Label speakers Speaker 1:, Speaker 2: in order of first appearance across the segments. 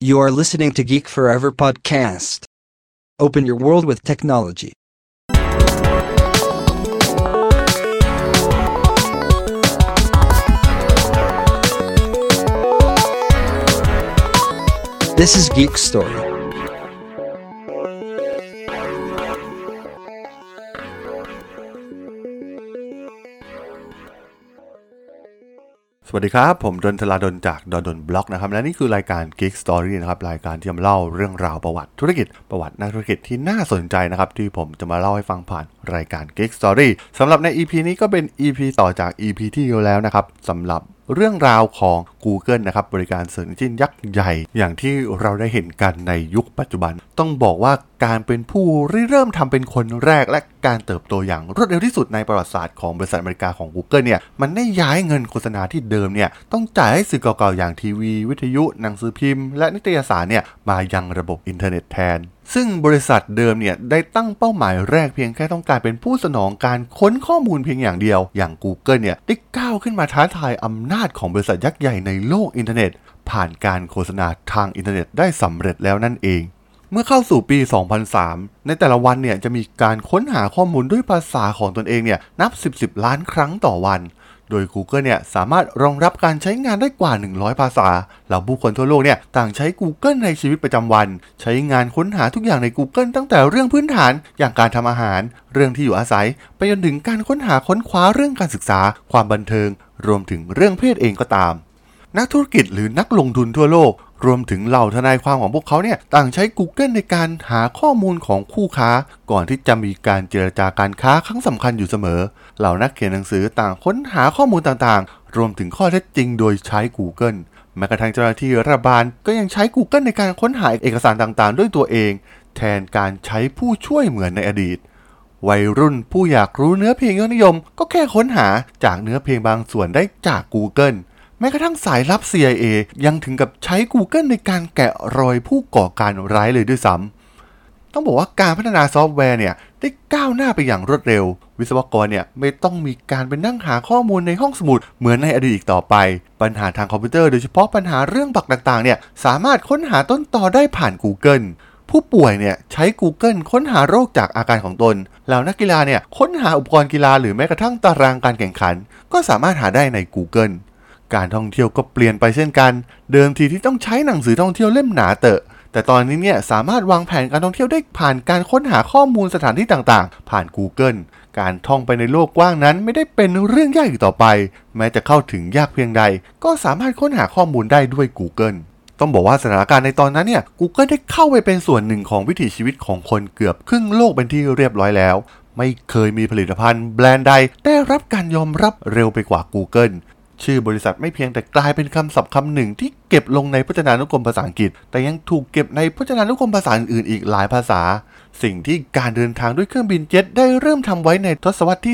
Speaker 1: You are listening to Geek Forever podcast. Open your world with technology. This is Geek Story.
Speaker 2: สวัสดีครับผมดนทลาดลจากดนบล็อกนะครับและนี่คือรายการ Geek Story นะครับรายการที่จะมาเล่าเรื่องราวประวัติธุรกิจประวัตินักธุรกิจที่น่าสนใจนะครับที่ผมจะมาเล่าให้ฟังผ่านรายการ Geek Story สำหรับใน EP นี้ก็เป็น EP ต่อจาก EP ที่แล้วนะครับสำหรับเรื่องราวของ Google นะครับบริการ Search Engine ยักษ์ใหญ่อย่างที่เราได้เห็นกันในยุคปัจจุบันต้องบอกว่าการเป็นผู้เริ่มทำเป็นคนแรกและการเติบโตอย่างรวดเร็วที่สุดในประวัติศาสตร์ของบริษัทอเมริกาของ Google เนี่ยมันได้ย้ายเงินโฆษณาที่เดิมเนี่ยต้องจ่ายให้สื่อเก่าๆอย่างทีวีวิทยุหนังสือพิมพ์และนิตยสารเนี่ยมายังระบบอินเทอร์เน็ตแทนซึ่งบริษัทเดิมเนี่ยได้ตั้งเป้าหมายแรกเพียงแค่ต้องการเป็นผู้สนองการค้นข้อมูลเพียงอย่างเดียวอย่าง Google เนี่ยได้ก้าวขึ้นมาท้าทายอำนาจของบริษัทยักษ์ใหญ่ในโลกอินเทอร์เน็ตผ่านการโฆษณาทางอินเทอร์เน็ตได้สำเร็จแล้วนั่นเองเมื่อเข้าสู่ปี 2003 ในแต่ละวันเนี่ยจะมีการค้นหาข้อมูลด้วยภาษาของตนเองเนี่ยนับ10 ล้านครั้งต่อวันโดย Google เนี่ยสามารถรองรับการใช้งานได้กว่า100ภาษาแล้วผู้คนทั่วโลกเนี่ยต่างใช้ Google ในชีวิตประจำวันใช้งานค้นหาทุกอย่างใน Google ตั้งแต่เรื่องพื้นฐานอย่างการทำอาหารเรื่องที่อยู่อาศัยไปจนถึงการค้นหาค้นคว้าเรื่องการศึกษาความบันเทิงรวมถึงเรื่องเพศเองก็ตามนักธุรกิจหรือนักลงทุนทั่วโลกรวมถึงเหล่าทนายความของพวกเขาเนี่ยต่างใช้ Google ในการหาข้อมูลของคู่ค้าก่อนที่จะมีการเจรจาการค้าครั้งสำคัญอยู่เสมอเหล่านักเขียนหนังสือต่างค้นหาข้อมูลต่างๆรวมถึงข้อเท็จจริงโดยใช้ Google แม้กระทั่งเจ้าหน้าที่รัฐบาลก็ยังใช้ Google ในการค้นหาเอกสารต่างๆด้วยตัวเองแทนการใช้ผู้ช่วยเหมือนในอดีตวัยรุ่นผู้อยากรู้เนื้อเพลงยอดนิยมก็แค่ค้นหาจากเนื้อเพลงบางส่วนได้จาก Googleแม้กระทั่งสายลับ CIA ยังถึงกับใช้ Google ในการแกะรอยผู้ก่อการร้ายเลยด้วยซ้ำต้องบอกว่าการพัฒนาซอฟต์แวร์เนี่ยได้ก้าวหน้าไปอย่างรวดเร็ววิศวกรเนี่ยไม่ต้องมีการไปนั่งหาข้อมูลในห้องสมุดเหมือนในอดีตอีกต่อไปปัญหาทางคอมพิวเตอร์โดยเฉพาะปัญหาเรื่องบั๊กต่างๆเนี่ยสามารถค้นหาต้นตอได้ผ่าน Google ผู้ป่วยเนี่ยใช้ Google ค้นหาโรคจากอาการของตนแล้วนักกีฬาเนี่ยค้นหาอุปกรณ์กีฬาหรือแม้กระทั่งตารางการแข่งขันก็สามารถหาได้ใน Googleการท่องเที่ยวก็เปลี่ยนไปเช่นกันเดิมทีที่ต้องใช้หนังสือท่องเที่ยวเล่มหนาเตอะแต่ตอนนี้เนี่ยสามารถวางแผนการท่องเที่ยวได้ผ่านการค้นหาข้อมูลสถานที่ต่างๆผ่าน Google การท่องไปในโลกกว้างนั้นไม่ได้เป็นเรื่องยากอีกต่อไปแม้จะเข้าถึงยากเพียงใดก็สามารถค้นหาข้อมูลได้ด้วย Google ต้องบอกว่าสถานการณ์ในตอนนั้นเนี่ย Google ได้เข้าไปเป็นส่วนหนึ่งของวิถีชีวิตของคนเกือบครึ่งโลกเป็นที่เรียบร้อยแล้วไม่เคยมีผลิตภัณฑ์แบรนด์ใดได้รับการยอมรับเร็วไปกว่า Googleชื่อบริษัทไม่เพียงแต่กลายเป็นคำศัพท์คำหนึ่งที่เก็บลงในพจนานุกรมภาษาอังกฤษแต่ยังถูกเก็บในพจนานุกรมภาษาอื่นๆอีกหลายภาษาสิ่งที่การเดินทางด้วยเครื่องบินเจ็ตได้เริ่มทำไว้ในทศวรรษที่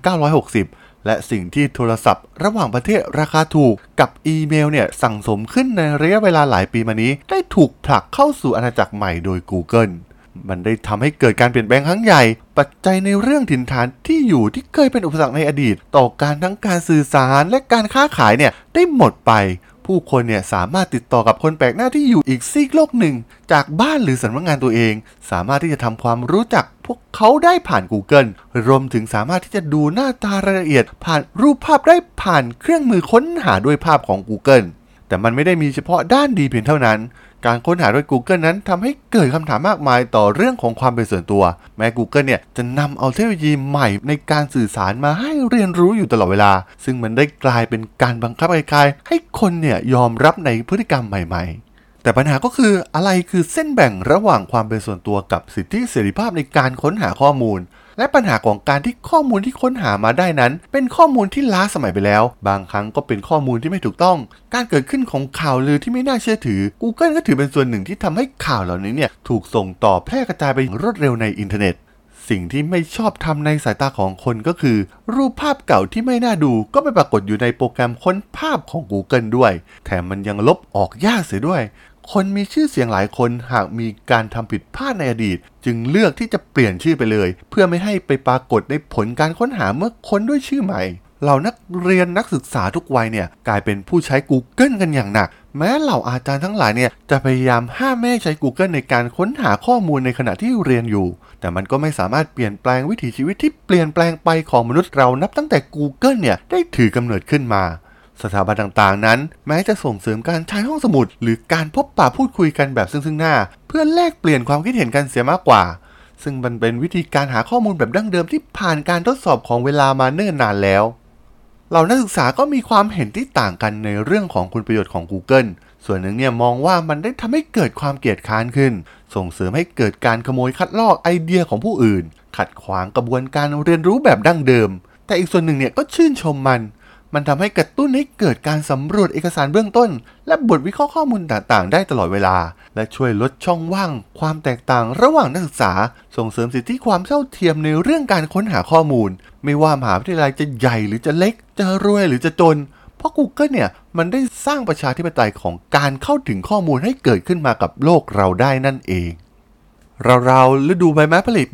Speaker 2: 1960 และสิ่งที่โทรศัพท์ระหว่างประเทศราคาถูกกับอีเมลเนี่ยสั่งสมขึ้นในระยะเวลาหลายปีมานี้ได้ถูกผลักเข้าสู่อาณาจักรใหม่โดย Googleมันได้ทำให้เกิดการเปลี่ยนแปลงครั้งใหญ่ปัจจัยในเรื่องถิ่นฐานที่อยู่ที่เคยเป็นอุปสรรคในอดีตต่อการทั้งการสื่อสารและการค้าขายเนี่ยได้หมดไปผู้คนเนี่ยสามารถติดต่อกับคนแปลกหน้าที่อยู่อีกซีกโลกหนึ่งจากบ้านหรือสำนักงานตัวเองสามารถที่จะทำความรู้จักพวกเขาได้ผ่าน Google รวมถึงสามารถที่จะดูหน้าตารายละเอียดผ่านรูปภาพได้ผ่านเครื่องมือค้นหาด้วยภาพของ Google แต่มันไม่ได้มีเฉพาะด้านดีเพียงเท่านั้นการค้นหาด้วย Google นั้นทำให้เกิดคำถามมากมายต่อเรื่องของความเป็นส่วนตัวแม้ Google เนี่ยจะนำเอาเทคโนโลยีใหม่ในการสื่อสารมาให้เรียนรู้อยู่ตลอดเวลาซึ่งมันได้กลายเป็นการบังคับใครๆให้คนเนี่ยยอมรับในพฤติกรรมใหม่ๆแต่ปัญหาก็คืออะไรคือเส้นแบ่งระหว่างความเป็นส่วนตัวกับสิทธิเสรีภาพในการค้นหาข้อมูลและปัญหาของการที่ข้อมูลที่ค้นหามาได้นั้นเป็นข้อมูลที่ล้าสมัยไปแล้วบางครั้งก็เป็นข้อมูลที่ไม่ถูกต้องการเกิดขึ้นของข่าวลือที่ไม่น่าเชื่อถือ Google ก็ถือเป็นส่วนหนึ่งที่ทำให้ข่าวเหล่านี้เนี่ยถูกส่งต่อแพร่กระจายไปอย่างรวดเร็วในอินเทอร์เน็ตสิ่งที่ไม่ชอบทำในสายตาของคนก็คือรูปภาพเก่าที่ไม่น่าดูก็ไปปรากฏอยู่ในโปรแกรมค้นภาพของ Google ด้วยแถมมันยังลบออกยากเสียด้วยคนมีชื่อเสียงหลายคนหากมีการทำผิดพลาดในอดีตจึงเลือกที่จะเปลี่ยนชื่อไปเลยเพื่อไม่ให้ไปปรากฏในผลการค้นหาเมื่อค้นด้วยชื่อใหม่เหล่านักเรียนนักศึกษาทุกวัยเนี่ยกลายเป็นผู้ใช้ Google กันอย่างหนักแม้เหล่าอาจารย์ทั้งหลายเนี่ยจะพยายามห้ามไม่ให้ใช้ Google ในการค้นหาข้อมูลในขณะที่เรียนอยู่แต่มันก็ไม่สามารถเปลี่ยนแปลงวิถีชีวิตที่เปลี่ยนแปลงไปของมนุษย์เรานับตั้งแต่ Google เนี่ยได้ถือกำเนิดขึ้นมาสถาบันต่างๆนั้นแม้จะส่งเสริมการใช้ห้องสมุดหรือการพบปะพูดคุยกันแบบซึ่งหน้าเพื่อแลกเปลี่ยนความคิดเห็นกันเสียมากกว่าซึ่งมันเป็นวิธีการหาข้อมูลแบบดั้งเดิมที่ผ่านการทดสอบของเวลามาเนิ่นนานแล้วเหล่านักศึกษาก็มีความเห็นที่ต่างกันในเรื่องของคุณประโยชน์ของ Google ส่วนหนึ่งเนี่ยมองว่ามันได้ทำให้เกิดความเกลียดค้านขึ้นส่งเสริมให้เกิดการขโมยคัดลอกไอเดียของผู้อื่นขัดขวางกระบวนการเรียนรู้แบบดั้งเดิมแต่อีกส่วนหนึ่งเนี่ยก็ชื่นชมมันทำให้กระตุ้นให้เกิดการสำรวจเอกสารเบื้องต้นและบทวิเคราะห์ข้อมูลต่างๆได้ตลอดเวลาและช่วยลดช่องว่างความแตกต่างระหว่างนักศึกษาส่งเสริมสิทธิความเท่าเทียมในเรื่องการค้นหาข้อมูลไม่ว่ามหาวิทยาลัยจะใหญ่หรือจะเล็กจะรวยหรือจะจนเพราะ Google เนี่ยมันได้สร้างประชาธิปไตยของการเข้าถึงข้อมูลให้เกิดขึ้นมากับโลกเราได้นั่นเองราวๆฤดูใบไม้ผลิปี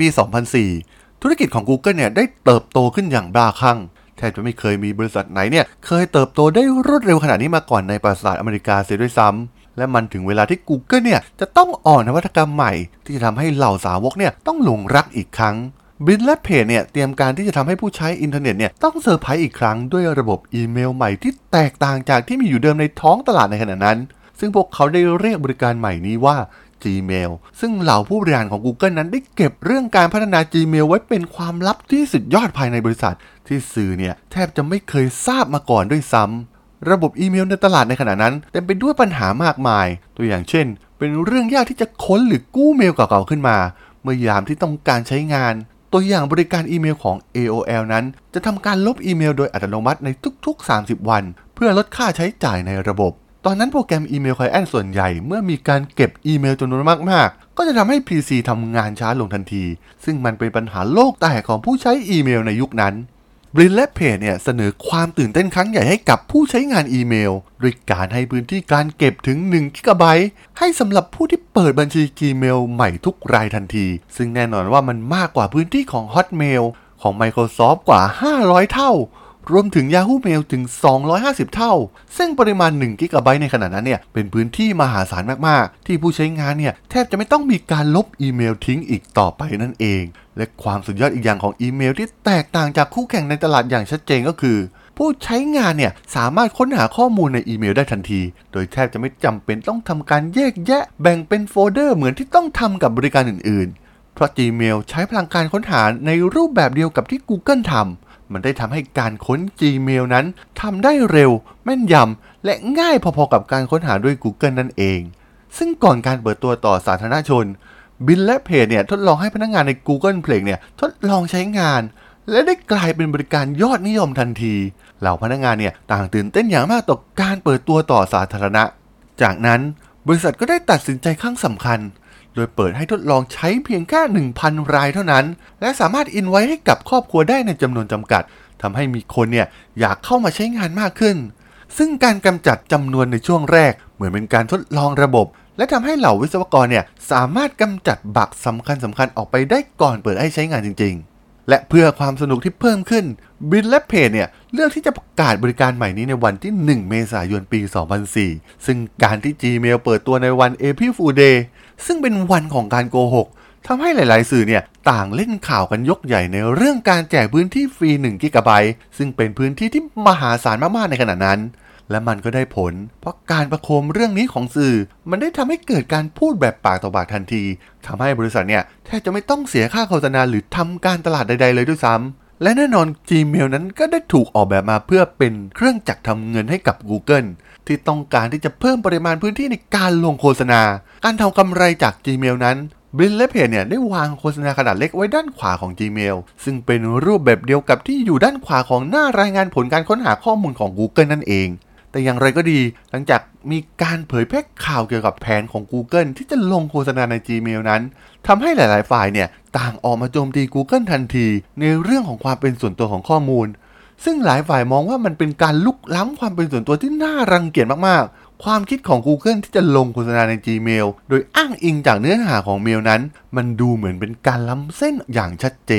Speaker 2: 2004 ธุรกิจของ Google เนี่ยได้เติบโตขึ้นอย่างบ้าคลั่งแทบจะไม่เคยมีบริษัทไหนเนี่ยเคยเติบโตได้รวดเร็วขนาดนี้มาก่อนในประวัติศาสตร์อเมริกาเสียด้วยซ้ำและมันถึงเวลาที่ Google เนี่ยจะต้องออกนวัตกรรมใหม่ที่จะทำให้เหล่าสาวกเนี่ยต้องหลงรักอีกครั้งบิลและเพจเนี่ยเตรียมการที่จะทำให้ผู้ใช้อินเทอร์เน็ตเนี่ยต้องเซอร์ไพรส์อีกครั้งด้วยระบบอีเมลใหม่ที่แตกต่างจากที่มีอยู่เดิมในท้องตลาดในขณะนั้นซึ่งพวกเขาได้เรียกบริการใหม่นี้ว่า Gmail ซึ่งเหล่าผู้บริหารของ Google นั้นได้เก็บเรื่องการพัฒนา Gmail ไว้เป็นความลับที่สุดยอดภายในบริษัทที่สื่อเนี่ยแทบจะไม่เคยทราบมาก่อนด้วยซ้ำระบบอีเมลในตลาดในขณะนั้นเต็มไปด้วยปัญหามากมายตัวอย่างเช่นเป็นเรื่องยากที่จะค้นหรือกู้เมลเก่าๆขึ้นมาเมื่อยามที่ต้องการใช้งานตัวอย่างบริการอีเมลของ AOL นั้นจะทำการลบอีเมลโดยอัตโนมัติในทุกๆ30วันเพื่อลดค่าใช้จ่ายในระบบตอนนั้นโปรแกรมอีเมลไคลเอนต์ส่วนใหญ่เมื่อมีการเก็บอีเมลจำนวนมากๆก็จะทำให้ PC ทำงานช้าลงทันทีซึ่งมันเป็นปัญหาโลกแตกของผู้ใช้อีเมลในยุคนั้นบรินและเพจเนี่ยเสนอความตื่นเต้นครั้งใหญ่ให้กับผู้ใช้งานอีเมลด้วยการให้พื้นที่การเก็บถึง1 กิกะไบต์ให้สำหรับผู้ที่เปิดบัญชี Gmail ใหม่ทุกรายทันทีซึ่งแน่นอนว่ามันมากกว่าพื้นที่ของ Hotmail ของ Microsoft กว่า500เท่ารวมถึง Yahoo Mail ถึง250เท่าซึ่งปริมาณ1 กิกะไบต์ในขณะนั้นเนี่ยเป็นพื้นที่มหาศาลมากๆที่ผู้ใช้งานเนี่ยแทบจะไม่ต้องมีการลบอีเมลทิ้งอีกต่อไปนั่นเองและความสุดยอดอีกอย่างของอีเมลที่แตกต่างจากคู่แข่งในตลาดอย่างชัดเจนก็คือผู้ใช้งานเนี่ยสามารถค้นหาข้อมูลในอีเมลได้ทันทีโดยแทบจะไม่จำเป็นต้องทำการแยกแยะแบ่งเป็นโฟลเดอร์เหมือนที่ต้องทำกับบริการอื่นๆเพราะ Gmail ใช้พลังการค้นหาในรูปแบบเดียวกับที่ Google ทำมันได้ทำให้การค้น Gmail นั้นทำได้เร็วแม่นยำและง่ายพอๆกับการค้นหาด้วย Google นั่นเองซึ่งก่อนการเปิดตัวต่อสาธารณชนบิลและเพจเนี่ยทดลองให้พนักงานใน Google Play เนี่ยทดลองใช้งานและได้กลายเป็นบริการยอดนิยมทันทีเหล่าพนักงานเนี่ยต่างตื่นเต้นอย่างมากต่อการเปิดตัวต่อสาธารณะจากนั้นบริษัทก็ได้ตัดสินใจครั้งสำคัญโดยเปิดให้ทดลองใช้เพียงแค่ 1,000 รายเท่านั้นและสามารถอินไว้ให้กับครอบครัวได้ในจำนวนจำกัดทำให้มีคนเนี่ยอยากเข้ามาใช้งานมากขึ้นซึ่งการกำจัดจำนวนในช่วงแรกเหมือนเป็นการทดลองระบบและทำให้เหล่าวิศวกรเนี่ยสามารถกำจัดบั๊กสำคัญออกไปได้ก่อนเปิดให้ใช้งานจริงๆและเพื่อความสนุกที่เพิ่มขึ้นบิลและเพจเนี่ยเลือกที่จะประกาศบริการใหม่นี้ในวันที่ 1 เมษายน ปี 2004 ซึ่งการที่ Gmail เปิดตัวในวัน April Fool Day ซึ่งเป็นวันของการโกหกทำให้หลายๆสื่อเนี่ยต่างเล่นข่าวกันยกใหญ่ในเรื่องการแจกพื้นที่ฟรี1 กิกะไบต์ซึ่งเป็นพื้นที่ที่มหาศาลมากๆในขณะนั้นและมันก็ได้ผลเพราะการประโคมเรื่องนี้ของสื่อมันได้ทำให้เกิดการพูดแบบปากต่อปากทันทีทำให้บริษัทเนี่ยแทบจะไม่ต้องเสียค่าโฆษณาหรือทำการตลาดใดๆเลยด้วยซ้ำและแน่นอน Gmail นั้นก็ได้ถูกออกแบบมาเพื่อเป็นเครื่องจักรทำเงินให้กับ Google ที่ต้องการที่จะเพิ่มปริมาณพื้นที่ในการลงโฆษณาการทำกำไรจาก Gmail นั้นบิลและเพจเนี่ยได้วางโฆษณาขนาดเล็กไว้ด้านขวาของ Gmail ซึ่งเป็นรูปแบบเดียวกับที่อยู่ด้านขวาของหน้ารายงานผลการค้นหาข้อมูลของ Google นั่นเองแต่อย่างไรก็ดีหลังจากมีการเผยแพร่ข่าวเกี่ยวกับแผนของ Google ที่จะลงโฆษณาใน Gmail นั้นทำให้หลายๆฝ่ายเนี่ยต่างออกมาโจมตี Google ทันทีในเรื่องของความเป็นส่วนตัวของข้อมูลซึ่งหลายฝ่ายมองว่ามันเป็นการลุกล้ำความเป็นส่วนตัวที่น่ารังเกียจมากๆความคิดของ Google ที่จะลงโฆษณาใน Gmail โดยอ้างอิงจากเนื้อหาของเมลนั้นมันดูเหมือนเป็นการล้ำเส้นอย่างชัดเจน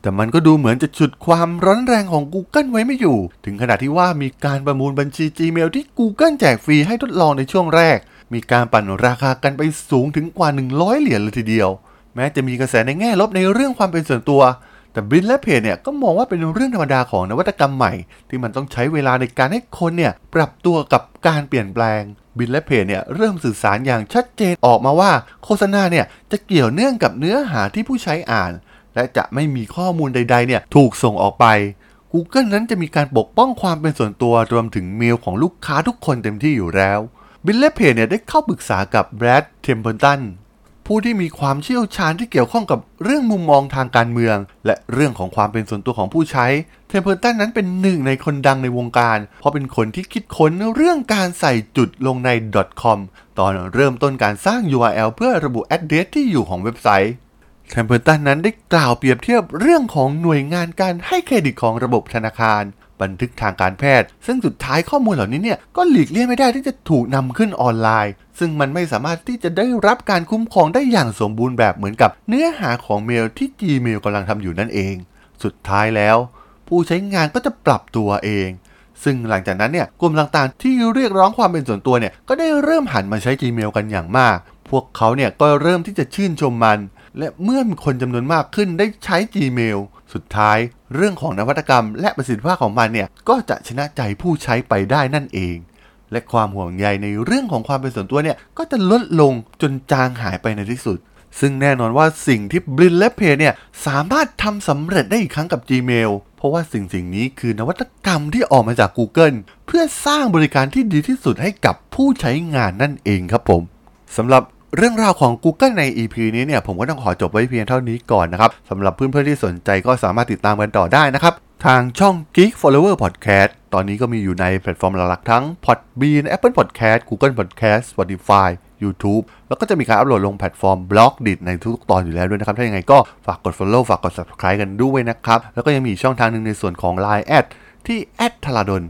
Speaker 2: แต่มันก็ดูเหมือนจะฉุดความร้อนแรงของ Google ไว้ไม่อยู่ถึงขนาดที่ว่ามีการประมูลบัญชี Gmail ที่ Google แจกฟรีให้ทดลองในช่วงแรกมีการปั่นราคากันไปสูงถึงกว่า100เหรียญเลยทีเดียวแม้จะมีกระแสในแง่ลบในเรื่องความเป็นส่วนตัวแต่บิลและเพจเนี่ยก็มองว่าเป็นเรื่องธรรมดาของนวัตกรรมใหม่ที่มันต้องใช้เวลาในการให้คนเนี่ยปรับตัวกับการเปลี่ยนแปลงบิลและเพจเนี่ยเริ่มสื่อสารอย่างชัดเจนออกมาว่าโฆษณาเนี่ยจะเกี่ยวเนื่องกับเนื้อหาที่ผู้ใช้อ่านและจะไม่มีข้อมูลใดๆเนี่ยถูกส่งออกไป Google นั้นจะมีการปกป้องความเป็นส่วนตัวรวมถึงเมลของลูกค้าทุกคนเต็มที่อยู่แล้วบิลและเพจเนี่ยได้เข้าปรึกษากับแบรด เทมเพิลตันผู้ที่มีความเชี่ยวชาญที่เกี่ยวข้องกับเรื่องมุมมองทางการเมืองและเรื่องของความเป็นส่วนตัวของผู้ใช้เทมเพิลตันนั้นเป็นหนึ่งในคนดังในวงการเพราะเป็นคนที่คิดค้นเรื่องการใส่จุดลงใน .com ตอนเริ่มต้นการสร้าง URL เพื่อระบุ address ที่อยู่ของเว็บไซต์เทมเพิลตันนั้นได้กล่าวเปรียบเทียบเรื่องของหน่วยงานการให้เครดิตของระบบธนาคารบันทึกทางการแพทย์ซึ่งสุดท้ายข้อมูลเหล่านี้เนี่ยก็หลีกเลี่ยงไม่ได้ที่จะถูกนำขึ้นออนไลน์ซึ่งมันไม่สามารถที่จะได้รับการคุ้มครองได้อย่างสมบูรณ์แบบเหมือนกับเนื้อหาของเมลที่ Gmail กำลังทำอยู่นั่นเองสุดท้ายแล้วผู้ใช้งานก็จะปรับตัวเองซึ่งหลังจากนั้นเนี่ยกลุ่มต่างๆที่เรียกร้องความเป็นส่วนตัวเนี่ยก็ได้เริ่มหันมาใช้ Gmail กันอย่างมากพวกเขาเนี่ยก็เริ่มที่จะชื่นชมมันและเมื่อมีคนจำนวนมากขึ้นได้ใช้ Gmail สุดท้ายเรื่องของนวัตกรรมและประสิทธิภาพของมันเนี่ยก็จะชนะใจผู้ใช้ไปได้นั่นเองและความห่วงใยในเรื่องของความเป็นส่วนตัวเนี่ยก็จะลดลงจนจางหายไปในที่สุดซึ่งแน่นอนว่าสิ่งที่บลินและเพจเนี่ยสามารถทำสำเร็จได้อีกครั้งกับ Gmail เพราะว่าสิ่งนี้คือนวัตกรรมที่ออกมาจาก Google เพื่อสร้างบริการที่ดีที่สุดให้กับผู้ใช้งานนั่นเองครับผมสำหรับเรื่องราวของ Google ใน EP นี้เนี่ยผมก็ต้องขอจบไว้เพียงเท่านี้ก่อนนะครับสำหรับเพื่อนๆที่สนใจก็สามารถติดตามกันต่อได้นะครับทางช่อง Geek Flower Podcast ตอนนี้ก็มีอยู่ในแพลตฟอร์มหลักๆทั้ง Podbean Apple Podcast Google Podcast Spotify YouTube แล้วก็จะมีการอัปโหลดลงแพลตฟอร์ม Blogdit ในทุกๆตอนอยู่แล้วด้วยนะครับถ้าอย่างไรก็ฝากกด Follow ฝากกด Subscribe กันด้วยนะครับแล้วก็ยังมีช่องทางนึงในส่วนของ Line ที่ @thradol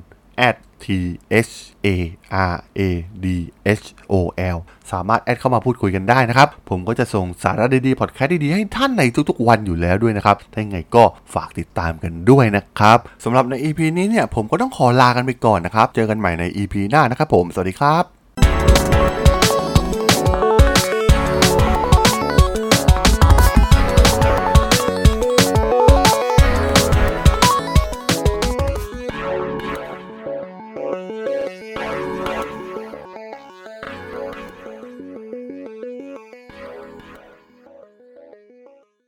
Speaker 2: THARADHOL สามารถแอดเข้ามาพูดคุยกันได้นะครับผมก็จะส่งสาระดีๆพอดแคสต์ดีๆให้ท่านในทุกๆวันอยู่แล้วด้วยนะครับถ้าอย่างไรก็ฝากติดตามกันด้วยนะครับสำหรับใน EP นี้เนี่ยผมก็ต้องขอลากันไปก่อนนะครับเจอกันใหม่ใน EP หน้านะครับผมสวัสดีครับ